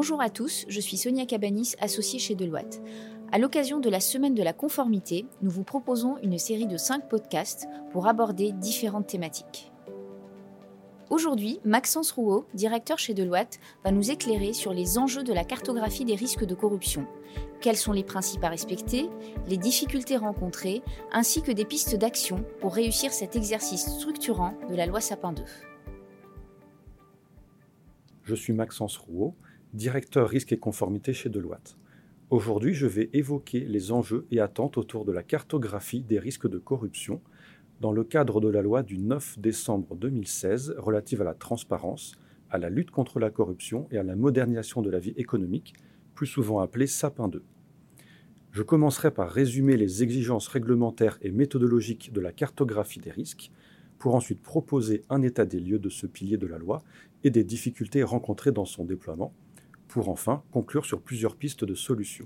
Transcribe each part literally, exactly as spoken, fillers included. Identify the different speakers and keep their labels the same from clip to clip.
Speaker 1: Bonjour à tous, je suis Sonia Cabanis, associée chez Deloitte. À l'occasion de la Semaine de la Conformité, nous vous proposons une série de cinq podcasts pour aborder différentes thématiques. Aujourd'hui, Maxence Rouault, directeur chez Deloitte, va nous éclairer sur les enjeux de la cartographie des risques de corruption. Quels sont les principes à respecter, les difficultés rencontrées, ainsi que des pistes d'action pour réussir cet exercice structurant de la loi Sapin deux.
Speaker 2: Je suis Maxence Rouault, directeur risque et conformité chez Deloitte. Aujourd'hui, je vais évoquer les enjeux et attentes autour de la cartographie des risques de corruption dans le cadre de la loi du neuf décembre deux mille seize relative à la transparence, à la lutte contre la corruption et à la modernisation de la vie économique, plus souvent appelée Sapin deux. Je commencerai par résumer les exigences réglementaires et méthodologiques de la cartographie des risques, pour ensuite proposer un état des lieux de ce pilier de la loi et des difficultés rencontrées dans son déploiement, pour enfin conclure sur plusieurs pistes de solutions.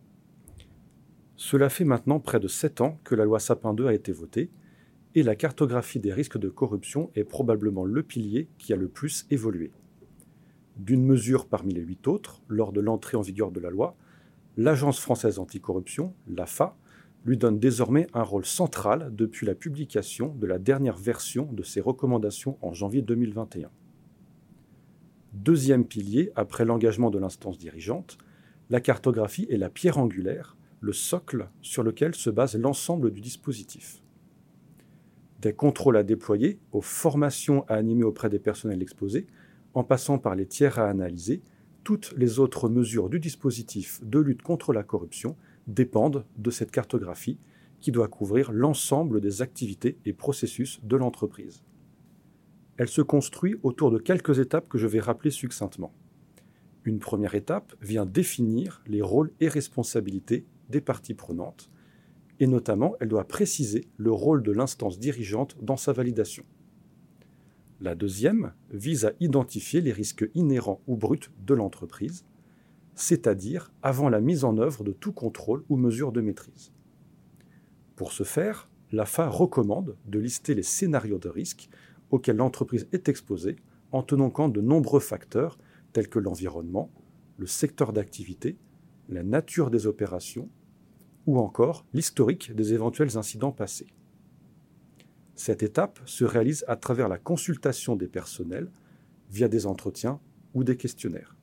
Speaker 2: Cela fait maintenant près de sept ans que la loi Sapin deux a été votée, et la cartographie des risques de corruption est probablement le pilier qui a le plus évolué. D'une mesure parmi les huit autres, lors de l'entrée en vigueur de la loi, l'Agence française anticorruption, l'A F A, lui donne désormais un rôle central depuis la publication de la dernière version de ses recommandations en janvier deux mille vingt et un. Deuxième pilier, après l'engagement de l'instance dirigeante, la cartographie est la pierre angulaire, le socle sur lequel se base l'ensemble du dispositif. Des contrôles à déployer, aux formations à animer auprès des personnels exposés, en passant par les tiers à analyser, toutes les autres mesures du dispositif de lutte contre la corruption dépendent de cette cartographie qui doit couvrir l'ensemble des activités et processus de l'entreprise. Elle se construit autour de quelques étapes que je vais rappeler succinctement. Une première étape vient définir les rôles et responsabilités des parties prenantes, et notamment elle doit préciser le rôle de l'instance dirigeante dans sa validation. La deuxième vise à identifier les risques inhérents ou bruts de l'entreprise, c'est-à-dire avant la mise en œuvre de tout contrôle ou mesure de maîtrise. Pour ce faire, l'A F A recommande de lister les scénarios de risque auxquels l'entreprise est exposée en tenant compte de nombreux facteurs tels que l'environnement, le secteur d'activité, la nature des opérations ou encore l'historique des éventuels incidents passés. Cette étape se réalise à travers la consultation des personnels via des entretiens ou des questionnaires.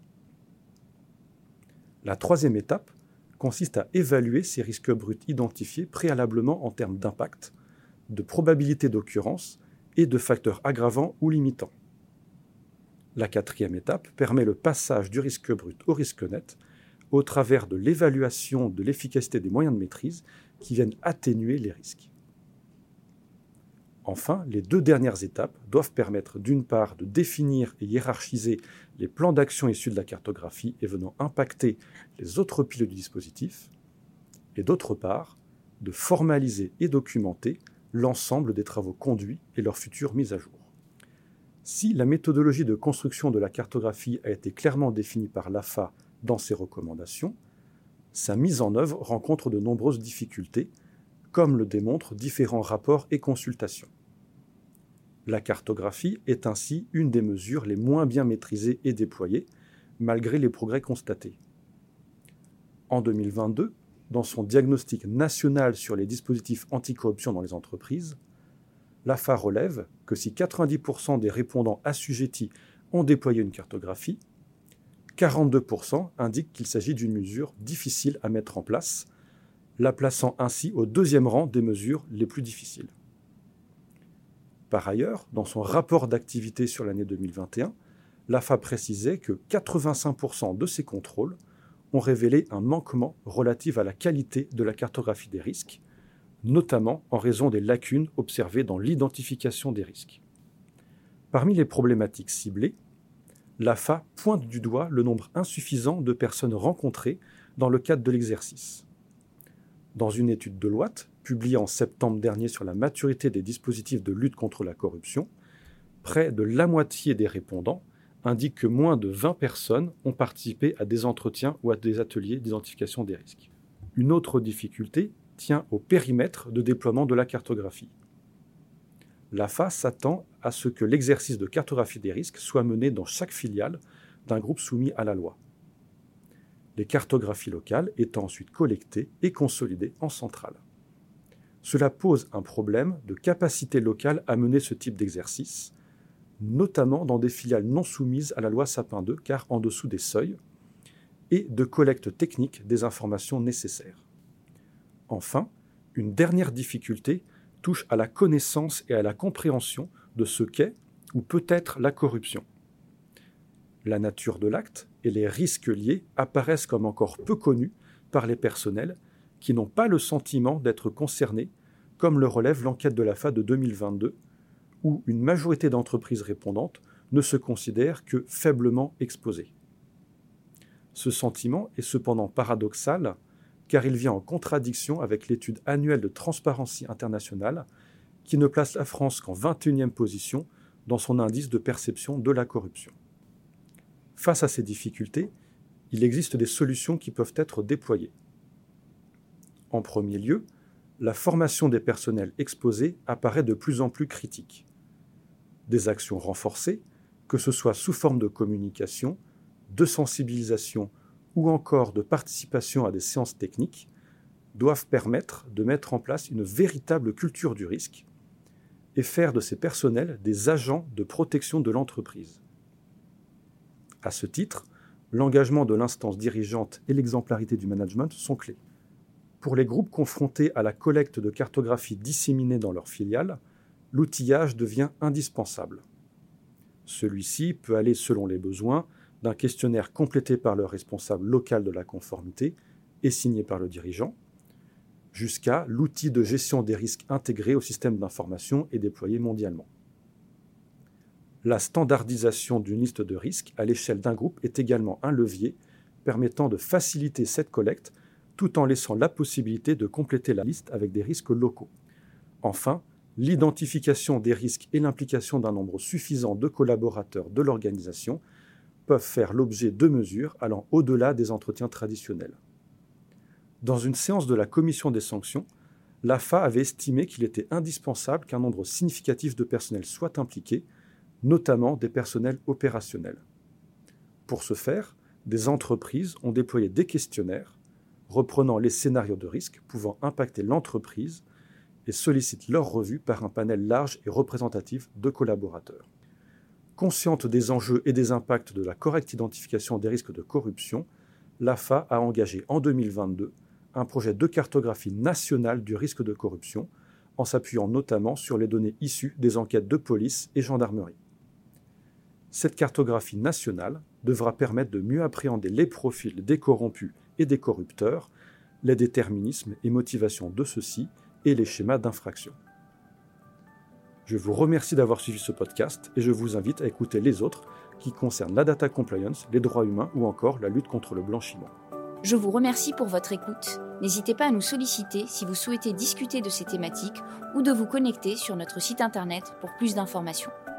Speaker 2: La troisième étape consiste à évaluer ces risques bruts identifiés préalablement en termes d'impact, de probabilité d'occurrence et de facteurs aggravants ou limitants. La quatrième étape permet le passage du risque brut au risque net au travers de l'évaluation de l'efficacité des moyens de maîtrise qui viennent atténuer les risques. Enfin, les deux dernières étapes doivent permettre d'une part de définir et hiérarchiser les plans d'action issus de la cartographie et venant impacter les autres piliers du dispositif, et d'autre part, de formaliser et documenter l'ensemble des travaux conduits et leur future mise à jour. Si la méthodologie de construction de la cartographie a été clairement définie par l'A F A dans ses recommandations, sa mise en œuvre rencontre de nombreuses difficultés, comme le démontrent différents rapports et consultations. La cartographie est ainsi une des mesures les moins bien maîtrisées et déployées, malgré les progrès constatés. En deux mille vingt-deux, dans son diagnostic national sur les dispositifs anticorruption dans les entreprises, l'A F A relève que si quatre-vingt-dix pour cent des répondants assujettis ont déployé une cartographie, quarante-deux pour cent indiquent qu'il s'agit d'une mesure difficile à mettre en place, la plaçant ainsi au deuxième rang des mesures les plus difficiles. Par ailleurs, dans son rapport d'activité sur l'année deux mille vingt et un, l'A F A précisait que quatre-vingt-cinq pour cent de ces contrôles ont révélé un manquement relatif à la qualité de la cartographie des risques, notamment en raison des lacunes observées dans l'identification des risques. Parmi les problématiques ciblées, l'A F A pointe du doigt le nombre insuffisant de personnes rencontrées dans le cadre de l'exercice. Dans une étude de Deloitte, publiée en septembre dernier sur la maturité des dispositifs de lutte contre la corruption, près de la moitié des répondants indiquent que moins de vingt personnes ont participé à des entretiens ou à des ateliers d'identification des risques. Une autre difficulté tient au périmètre de déploiement de la cartographie. L'A F A s'attend à ce que l'exercice de cartographie des risques soit mené dans chaque filiale d'un groupe soumis à la loi. les cartographies locales étant ensuite collectées et consolidées en centrale. Cela pose un problème de capacité locale à mener ce type d'exercice, notamment dans des filiales non soumises à la loi Sapin deux, car en dessous des seuils, et de collecte technique des informations nécessaires. Enfin, une dernière difficulté touche à la connaissance et à la compréhension de ce qu'est ou peut être la corruption. La nature de l'acte et les risques liés apparaissent comme encore peu connus par les personnels qui n'ont pas le sentiment d'être concernés, comme le relève l'enquête de l'A F A de deux mille vingt-deux, où une majorité d'entreprises répondantes ne se considèrent que faiblement exposées. Ce sentiment est cependant paradoxal, car il vient en contradiction avec l'étude annuelle de Transparency International, qui ne place la France qu'en vingt et unième position dans son indice de perception de la corruption. Face à ces difficultés, il existe des solutions qui peuvent être déployées. En premier lieu, la formation des personnels exposés apparaît de plus en plus critique. Des actions renforcées, que ce soit sous forme de communication, de sensibilisation ou encore de participation à des séances techniques, doivent permettre de mettre en place une véritable culture du risque et faire de ces personnels des agents de protection de l'entreprise. À ce titre, l'engagement de l'instance dirigeante et l'exemplarité du management sont clés. Pour les groupes confrontés à la collecte de cartographie disséminée dans leurs filiales, l'outillage devient indispensable. Celui-ci peut aller selon les besoins d'un questionnaire complété par le responsable local de la conformité et signé par le dirigeant, jusqu'à l'outil de gestion des risques intégré au système d'information et déployé mondialement. La standardisation d'une liste de risques à l'échelle d'un groupe est également un levier permettant de faciliter cette collecte tout en laissant la possibilité de compléter la liste avec des risques locaux. Enfin, l'identification des risques et l'implication d'un nombre suffisant de collaborateurs de l'organisation peuvent faire l'objet de mesures allant au-delà des entretiens traditionnels. Dans une séance de la commission des sanctions, l'A F A avait estimé qu'il était indispensable qu'un nombre significatif de personnel soit impliqué, notamment des personnels opérationnels. Pour ce faire, des entreprises ont déployé des questionnaires reprenant les scénarios de risque pouvant impacter l'entreprise et sollicitent leur revue par un panel large et représentatif de collaborateurs. Consciente des enjeux et des impacts de la correcte identification des risques de corruption, l'A F A a engagé en deux mille vingt-deux un projet de cartographie nationale du risque de corruption, en s'appuyant notamment sur les données issues des enquêtes de police et gendarmerie. Cette cartographie nationale devra permettre de mieux appréhender les profils des corrompus et des corrupteurs, les déterminismes et motivations de ceux-ci et les schémas d'infraction. Je vous remercie d'avoir suivi ce podcast et je vous invite à écouter les autres qui concernent la data compliance, les droits humains ou encore la lutte contre le blanchiment.
Speaker 1: Je vous remercie pour votre écoute. N'hésitez pas à nous solliciter si vous souhaitez discuter de ces thématiques ou de vous connecter sur notre site internet pour plus d'informations.